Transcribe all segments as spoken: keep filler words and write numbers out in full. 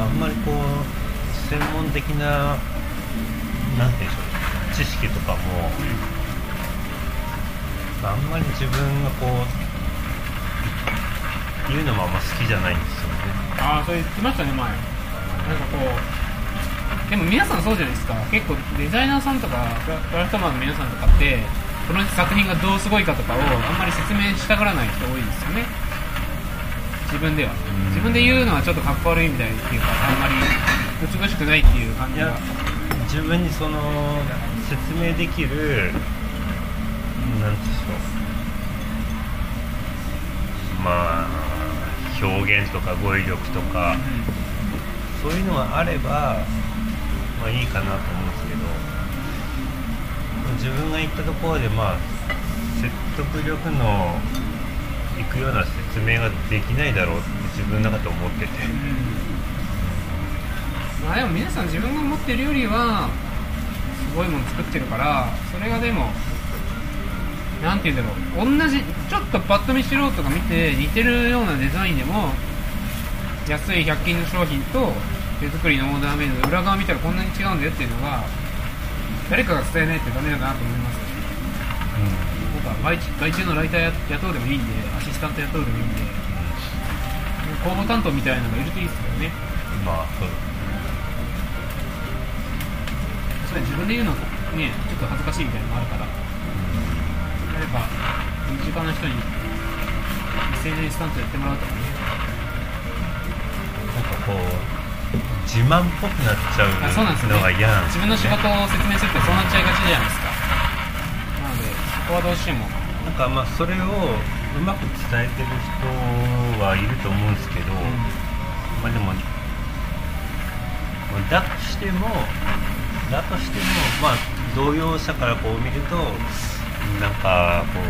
あんまりこう専門的ななんていうんでしょう知識とかも、うん、あんまり自分がこう言うのもあんま好きじゃないんですよね。 ああ、それ言ってましたね前。なんかこうでも皆さんそうじゃないですか。結構デザイナーさんとかクラフトマンの皆さんとかってこの作品がどうすごいかとかをあんまり説明したがらない人多いですよね。自分では自分で言うのはちょっとかっこ悪いみたいっていうか、あんまり美しくないっていう感じが。 いや自分にその説明できるなんていうんでしょう、まあ表現とか語彙力とか、うん、そういうのがあればまあいいかなと思うんですけど、自分が言ったところでまあ説得力のいくような説明ができないだろうって自分の中で思ってて、うん、 まあでも皆さん自分が持ってるよりはすごいもの作ってるから、それがでもなんていうんだろう、同じちょっとパッと見素人が見て似てるようなデザインでも安いひゃく均の商品と手作りのオーダーメイドの裏側見たらこんなに違うんだよっていうのが誰かが伝えないとダメだなと思います、うん、なんか外注のライター雇うでもいいんで、アシスタント雇うでもいいんで、広報担当みたいなのがいるといいですけどね。 まあそうそれ自分で言うのとねちょっと恥ずかしいみたいなのもあるから、やっぱ身近な人に エスエヌエス 担当やってもらうとかね、 なんかこう自慢っぽくなっちゃうのが嫌なんですよね。 自分の仕事を説明するとそうなっちゃいがちじゃないですか。なのでそこはどうしてもなんかまあそれをうまく伝えてる人はいると思うんですけど、うん、まあでもだとしてもだとしてもまあ同業者からこう見るとなんかこ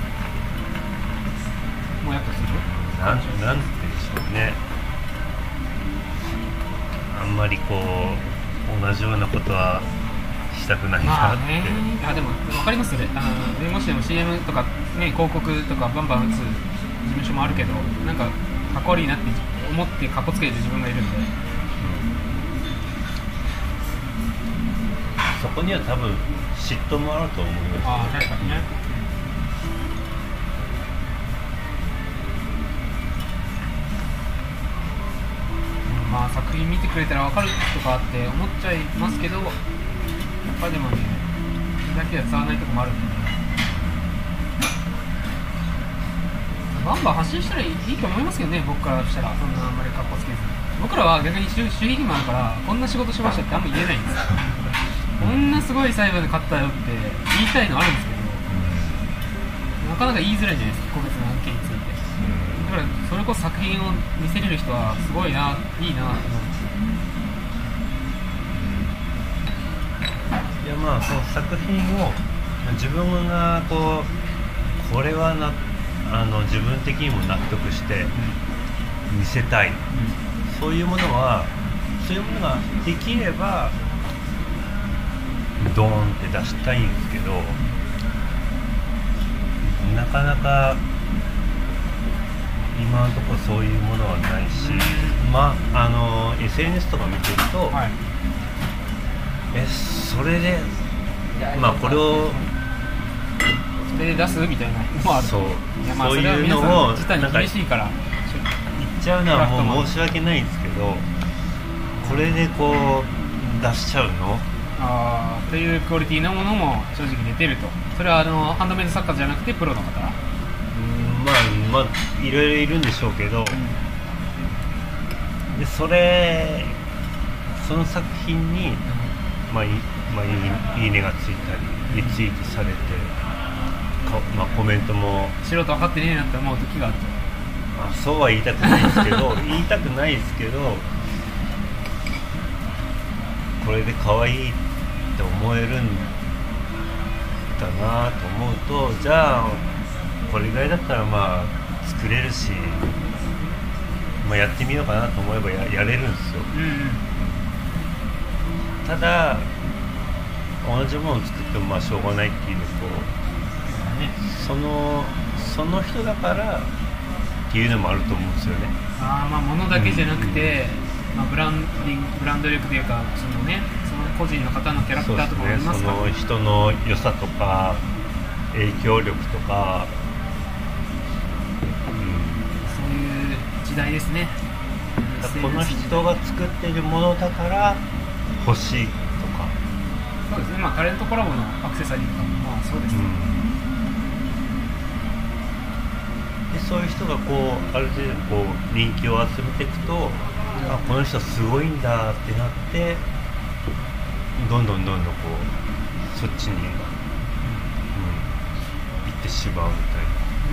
うもやっとするなんなんて言うんでしょうね、あんまりこう同じようなことはしたくないなって、まあね、 あでも分かりますね。あの弁護士でも シーエム とか、ね、広告とかバンバン打つ事務所もあるけど、なんかかっこ悪いなって思ってかっこつけてる自分がいるんで、うん、 そこには多分嫉妬もあると思います、ね、 あ確かにね、うん、まあ作品見てくれたら分かるとかって思っちゃいますけど、やっぱでもねだけは伝わらないとこもあるんで、ね、バンバン発信したらいいと思いますけどね。僕からしたらそんなあんまりかっこつけずに、僕らは逆に守秘義務あるからこんな仕事しましたってあんま言えないんですよこんなすごい裁判で勝ったよって言いたいのあるんですけど、なかなか言いづらいじゃないですか、個別の案件について。だからそれこそ作品を見せれる人はすごいな、いいなと思うんですよ。 いやまあその作品を自分がこうこれはなあの自分的にも納得して見せたい、うん、そういうものはそういうものができればドーンって出したいんですけど、なかなか今のところそういうものはないし、まああの エスエヌエス とか見てると、はい、えそれでまあこれをそれで出すみたいなのもある。 そう、 いやまあそうそれは皆いうのをさん自体に厳しいから言っちゃうのはもう申し訳ないんですけど、これでこう出しちゃうのあというクオリティのものも正直出てると。それはあのハンドメイド作家じゃなくてプロの方、 うんまあまあいろいろいるんでしょうけど、うん、でそれその作品に、まあいまあ、い, い, いいねがついたりリツイートされてか、まあ、コメントも素人分かってねえなって思う時があると、 まあ、そうは言いたくないですけど言いたくないですけどこれで可愛いって思えるんだなと思うと、じゃあこれぐらいだったらまあ作れるし、まあ、やってみようかなと思えば や, やれるんですよ、うんうん、ただ同じものを作ってもまあしょうがないっていうのと、ね、そのその人だからっていうのもあると思うんですよね。 ああまあ物だけじゃなくて、 まあ、ブランディングブランド力というかそのねその個人の方のキャラクターとかもありますから、 そうですね、その人の良さとか影響力とか、 うん、そういう時代ですね。 この人が作っているものだから欲しいとか。 そうですね、まあタレントコラボのアクセサリーとかもまあそうですね、 うん、でそういう人がこうある程度こう人気を集めていくと、あこの人すごいんだってなってどんどんどんどんこうそっちに、うん、行ってしまうみたいな、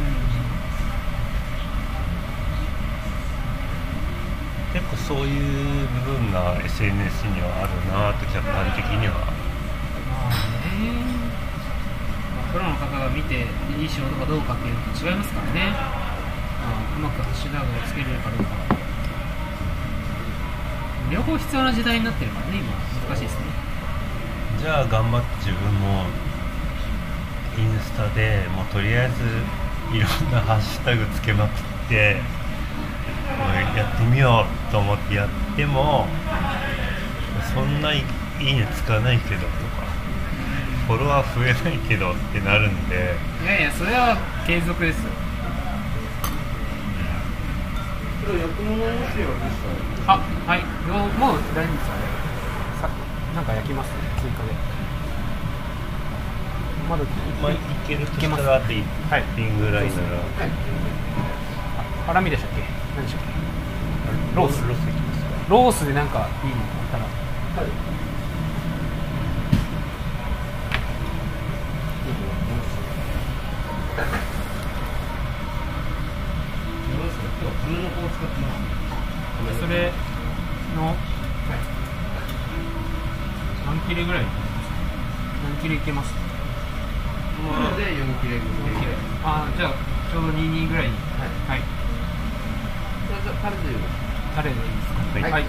うん、結構そういう部分が エスエヌエス にはあるなと客観的には。 まあね、まあ、プロの方が見ていい仕事かどうかっていうのと違いますからね、まあ、うまくハッシュタグをつけれるかどうか両方必要な時代になってるからね今難しいですね。 じゃあ頑張って自分もインスタでもうとりあえずいろんなハッシュタグつけまくってやってみようと思ってやってもそんないいねつかないけどとかフォロワー増えないけどってなるんで、 いやいやそれは継続ですよ。それ焼くもの面白いわけですか。あ、はい、もうもう大丈夫ですよね。さなんか焼きますね追加で。まだまあいけるとしたらあといっぴんぐらいなら、はい、 あ、ハラミでしたっけ？何でしたっけ？ロースロースいきますか。 ロースでなんかいいのあったら。はい。それの、はい、何切れぐらい何切れいけますか？ まあ、でよん切れぐらい。 ああ、じゃあちょうどにじゅうにぐらいに。はい。はい。 じゃあタレでいいですか？ タレでいいですか？はい。はい、い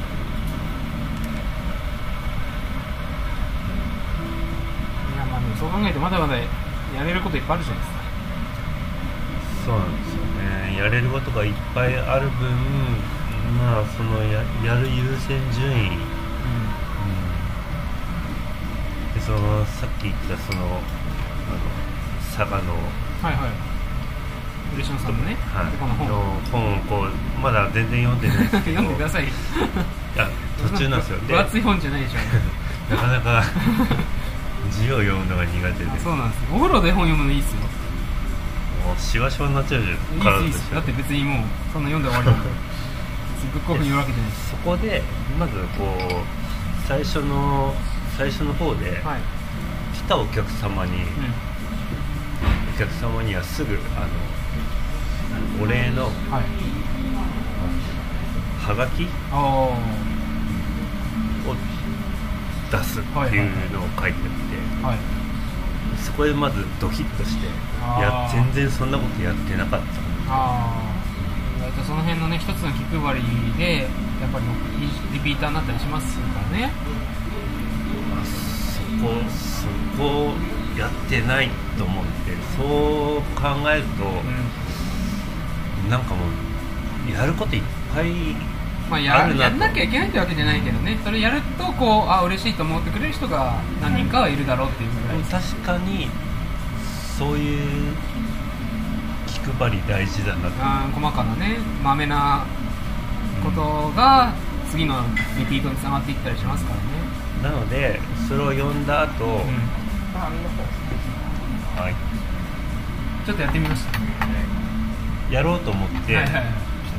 やまあでもそう考えてまだまだやれることいっぱいあるじゃないですか。 そうなんですよね。やれることがいっぱいある分、まあその や, やる優先順位、うんうん、でそのさっき言ったそのあの佐賀のはいはいウレションさんのね、 はい、 この本の本をこうまだ全然読んでないですけど読んでください。いや途中なんですよ。 分厚い本じゃないでしょ。 なかなか字を読むのが苦手で。 そうなんです。お風呂で本読むのいいっすよ。 もうシワシワになっちゃうじゃん。 いいっすいいっす。だって別にもうそんな読んで終わりなんでぶっこく言うわけじゃないです。 そこでまずこう最初の最初の方で、はい、来たお客様に、うん、お客様にはすぐあのお礼の、はい、はがきを出すっていうのを書いてあって、はいはい、そこでまずドキッとして、いや全然そんなことやってなかった。 あその辺のね一つの気配りでやっぱりリピーターになったりしますからね。 そこそこやってないと思って、そう考えると、うん、なんかもうやることいっぱいまあ、や, やんなきゃいけないってわけじゃないけどね、それやるとこうあ嬉しいと思ってくれる人が何人かはいるだろうっていうぐらい、うん、 確かにそういう気配り大事だなと。 あ細かなねまめなことが次のリピートにつながっていったりしますからね。 なのでそれを読んだ後、うん、はい、 ちょっとやってみました、 やろうと思って、はいはいはい、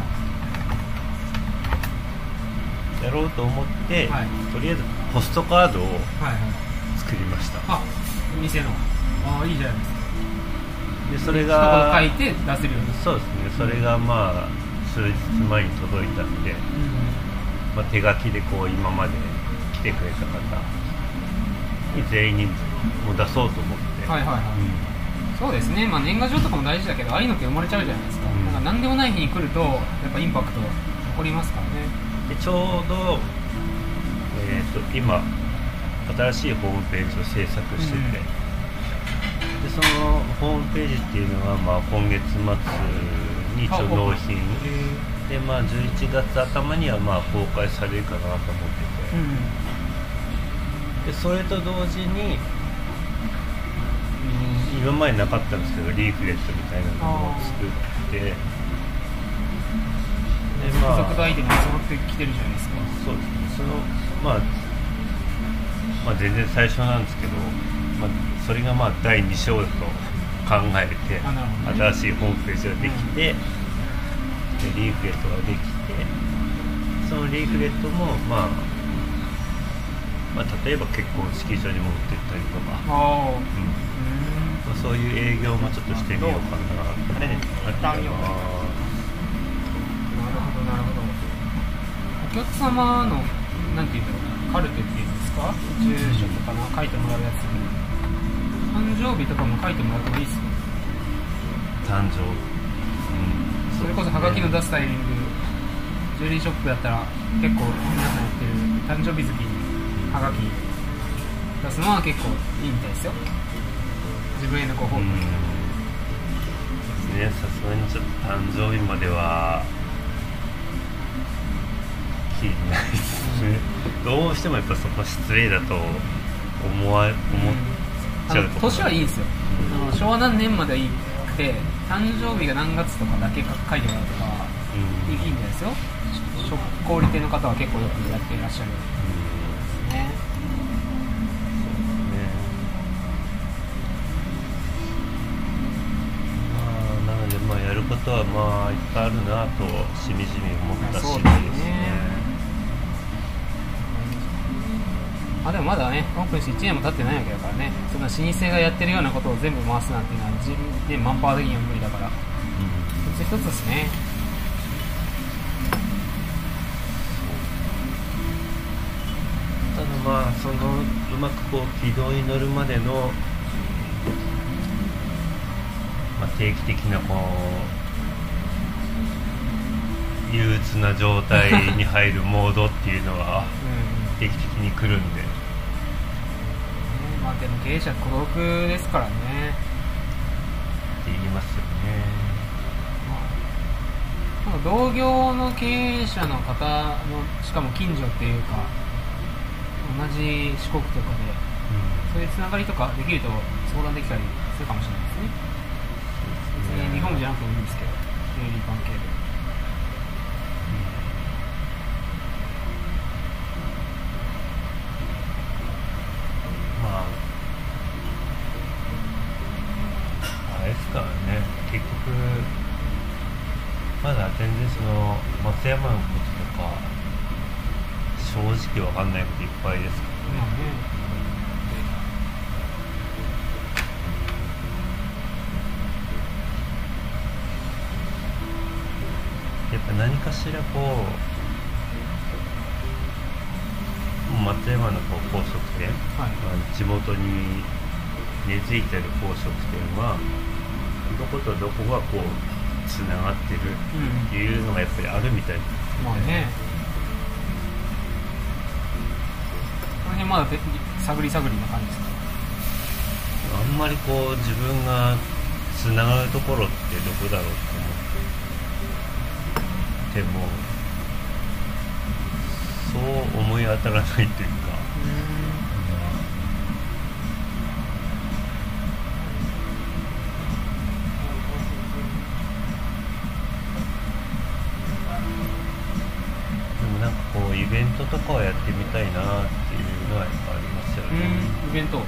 やろうと思って、はい、とりあえずポストカードを作りました、 はいはい、あ、店のああいいじゃないですか。 でそれが書いて出せるように。 そうですね、それがまあ数日前に届いたんで、うんまあ、手書きでこう今まで来てくれた方に全員にも出そうと思って、 はいはいはい、うん、そうですね、まあ、年賀状とかも大事だけど愛の手生まれちゃうじゃないですか、うん、なんか何でもない日に来るとやっぱインパクト残りますからね。 でちょうど、えー、と今新しいホームページを制作してて、うん、でそのホームページっていうのは、まあ、今月末に一応納品へで、まあ、じゅういちがつ頭にはまあ公開されるかなと思ってーうんて、でそれと同時に、うん、今までなかったんですけどリーフレットみたいなのを作ってで、まあ、 続々とアイテムが揃ってきてるじゃないですか。 そうですね、その、まあ、まあ全然最初なんですけど、まあ、それがまあだいに章だと考えて、 あなるほどね新しいホームページができて、でリーフレットができて、そのリーフレットも、まあ、まあ例えば結婚式場に持ってったりとか、 あーうんまあ、そういう営業もちょっとしてみようかなってあれねなってます。 なるほどなるほど。お客様のなんていうんだろうな、カルテっていうんですか、住所とかな書いてもらうやつ、誕生日とかも書いてもらってもいいっすよ。 誕生、うん、 それこそハガキの出すタイミング、ジュエリーショップだったら結構皆さんやってる誕生日月にハガキ出すのは結構いいみたいですよ。自分へのご褒美。 うんね、さすがにちょっと誕生日までは気にないですね。どうしてもやっぱそこ失礼だと思わ思っちゃうところ。 年はいいんですよ、 うん、 あの昭和何年まではいいくて、誕生日が何月とかだけ書いてもらうとか、 うん、 いいんですよ。小売店の方は結構よくやっていらっしゃるんですね。 なのでまあやることはまあいっぱいあるなとしみじみ思った次そう第ですね。 ですね。 あでもまだね、オープンしていちねんも経ってないわけだからね、そんな老舗がやってるようなことを全部回すなんていうのは自分でマンパワー的には無理だから、一つ一つですね。 ただまあそのうまくこう軌道に乗るまでの、まあ、定期的なこう憂鬱な状態に入るモードっていうのはうん定期的に来るんで、 ね、まあでも経営者孤独ですからね。 って言いますよね。 なんか同業の経営者の方の、しかも近所っていうか同じ四国とかでそういうつながりとかできると相談できたりするかもしれないですね。別に日本じゃなくてもいいんですけど、経理関係で。 まああれですからね、結局まだ全然その松山のこととか正直わかんないこといっぱいですからね。 まあね。 やっぱ何かしらこう松山のこう宝飾店、 はい、 まあ、地元に根付いてる宝飾店はどことどこがこうつながってるっていうのがやっぱりあるみたいです、 うん、まあね。この辺まだ探り探りな感じですか。 あんまりこう自分がつながるところってどこだろうって思ってもそう思い当たらないというか、でもなんかこうイベントとかをやってみたいなっていうのはやっぱありますよね。 うん、イベント、うん、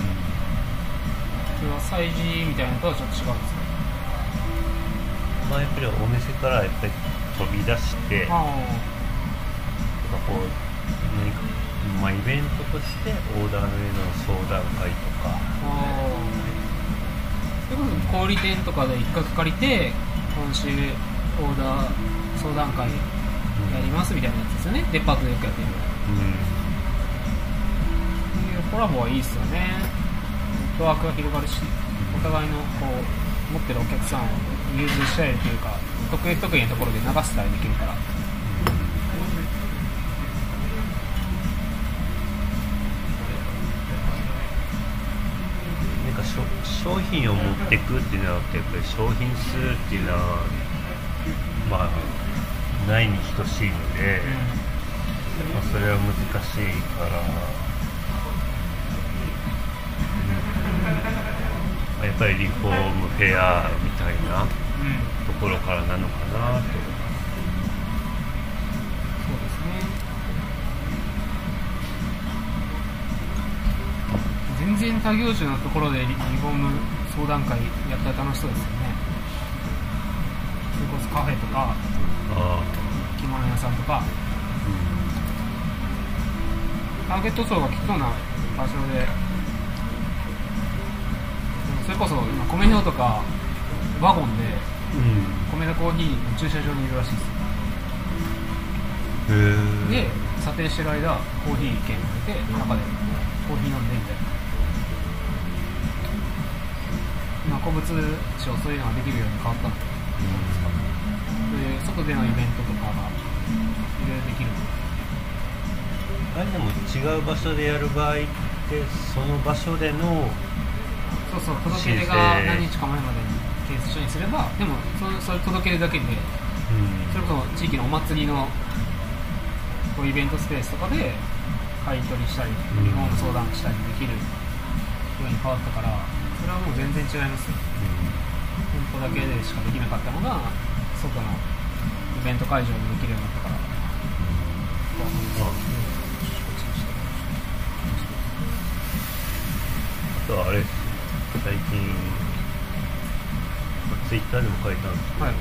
それは催事みたいなのとはちょっと違うんですか。 まあやっぱりお店からやっぱり飛び出してあとかこう何か、まあ、イベントとしてオーダーの上の相談会とか、 あそれこそ小売店とかで一角借りて今週オーダー相談会やりますみたいなやつですよね、うん、デパートでよくやってる。うん、コラボはいいっすよね。ネットワークが広がるし、お互いのこう持ってるお客さんを融通し合えるというか、得意不得意なところで流せたりできるから。 なんか商品を持っていくっていうのはやっぱり商品数っていうのはまあないに等しいので、まあ、それは難しいから、うん、やっぱりリフォームフェアみたいなところからなのかなと。 そうですね。全然他業種のところでリフォーム相談会やったら楽しそうですよね。それこそカフェとか着物屋さんとか、うん、ターゲット層が来そうな場所で、それこそ今米表とかワゴンで、うん、米田コーヒーの駐車場にいるらしいですよ。へー。で査定してる間コーヒー券を入れて中でコーヒー飲んでみたいな。今古物商そういうのができるように変わったので、うん、外でのイベントとかがいろいろできる。 あれでも違う場所でやる場合ってその場所でのそうそう届け出が何日か前までに提出書にすれば、でもそそれ届けるだけで、うん、それこそ地域のお祭りのこうイベントスペースとかで買い取りしたり、リフォーム相談したりできるように変わったから、それはもう全然違いますよ。店舗だけでしかできなかったのが外のイベント会場でできるようになったから、 あとはあれ最近ツイッターでも書いたんですけど、はい、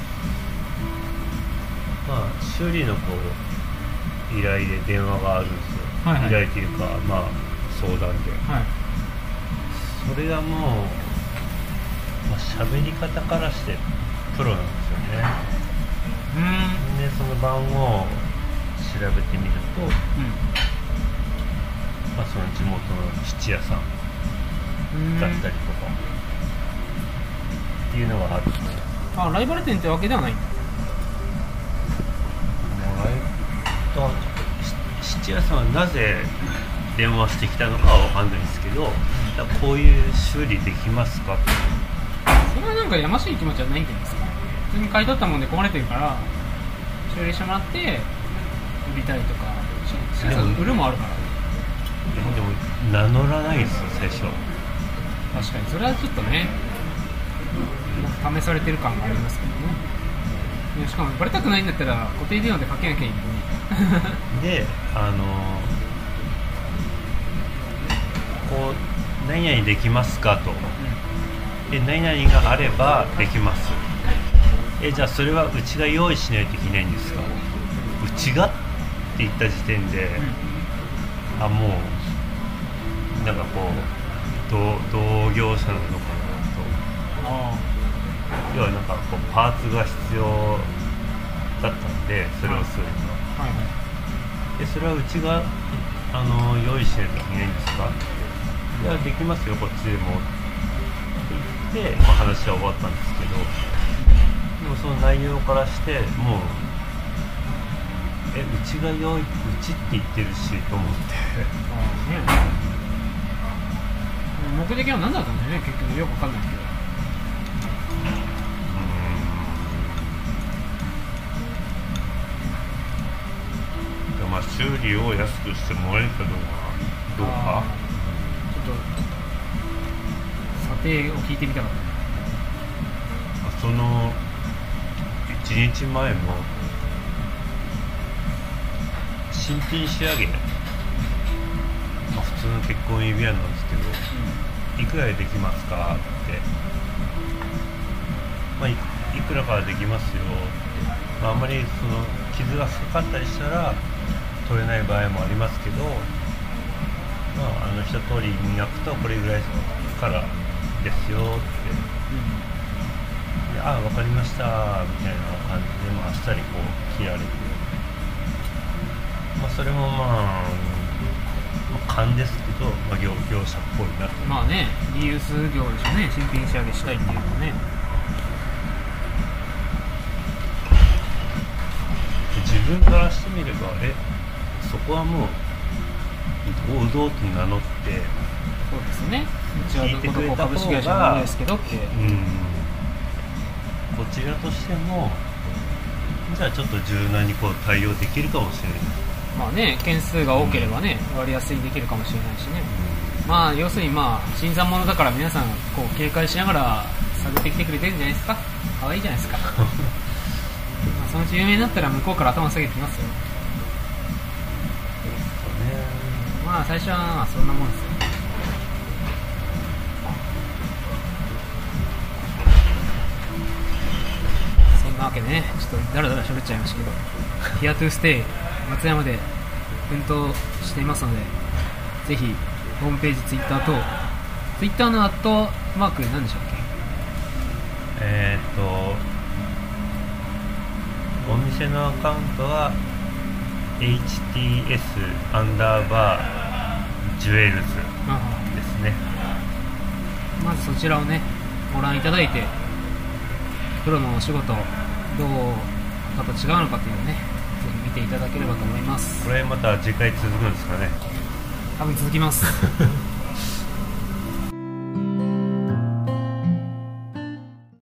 まあ修理のこう依頼で電話があるんですよ、はいはい、依頼というかまあ相談で、はい、それがもう、まあ、喋り方からしてプロなんですよね。うんでその番号を調べてみると、うんまあ、その地元の質屋さんだったりとかっていうのがあるんですよ。 あ、ライバル店ってわけではないんだ。 質屋さんはなぜ電話してきたのかは分かんないんですけど、こういう修理できますかって。 それはなんかやましい気持ちはないんじゃないですか。普通に買い取ったもんで壊れてるから修理してもらって売りたいとか、でも売るもあるから。 でも名乗らないですよ最初。 確かにそれはちょっとね試されてる感がありますけどね。しかもバレたくないんだったら固定電話でかけなきゃいいのにで、あのこう何々できますかと、うん、で何々があればできます。えじゃあそれはうちが用意しないといけないんですか。うちがって言った時点で、うん、あもうなんかこう同, 同業者なのかなと。あ要はなんかこうパーツが必要だったんでそれをするの、はいはい、でそれはうちがあの用意しないといけないんですか。いやできますよこっちでもって言って、まあ、話は終わったんですけど、でもその内容からしてもうえうちが用意うちって言ってるしと思ってあ、ね、 目的は何だったんだよね結局よく分かんないけど。 まあ、修理を安くしてもらえるかどうかどうかちょっと査定を聞いてみたかった。 そのいちにちまえも新品仕上げ、まあ、普通の結婚指輪なんですけど、うん、いくらでできますかって、まあ、い, いくらからできますよって、まあ、あんまりその傷が深かったりしたら取れない場合もありますけど、まあ、あの一通り磨くとこれぐらいからですよって、うん、でああ分かりましたみたいな感じで、まあ、あっさりこう切られて、まあ、それもまあ、まあ、勘ですけど、まあ、業, 業者っぽいなと。 まあねリユース業でしょね。新品仕上げしたいっていうのはね。 自分からしてみればえそこはもう堂々と名乗ってそうですね。うちはどこどこ株式会社なんですけどって、うん、 こちらとしてもじゃあちょっと柔軟にこう対応できるかもしれない。 まあね、件数が多ければね、割りやすいできるかもしれないしね、まあ要するにまあ新参者だから皆さんこう警戒しながら探ってきてくれてるんじゃないですか。可愛いじゃないですかまあそのうち有名になったら向こうから頭下げてきますよ。まあ最初はまあそんなもんですよ。そんなわけでね、ちょっとだらだら喋っちゃいましたけどHere to Stay 松山で奮闘していますので、ぜひホームページ、ツイッターとツイッターのアットマーク何でしたっけ。 えーっとお店のアカウントは エイチティーエス アンダーバージュエルズですね。 まずそちらをねご覧いただいて、プロのお仕事どうまた違うのかっていうのをね、ぜひ見ていただければと思います。 これまた次回続くんですかね。 多分続きます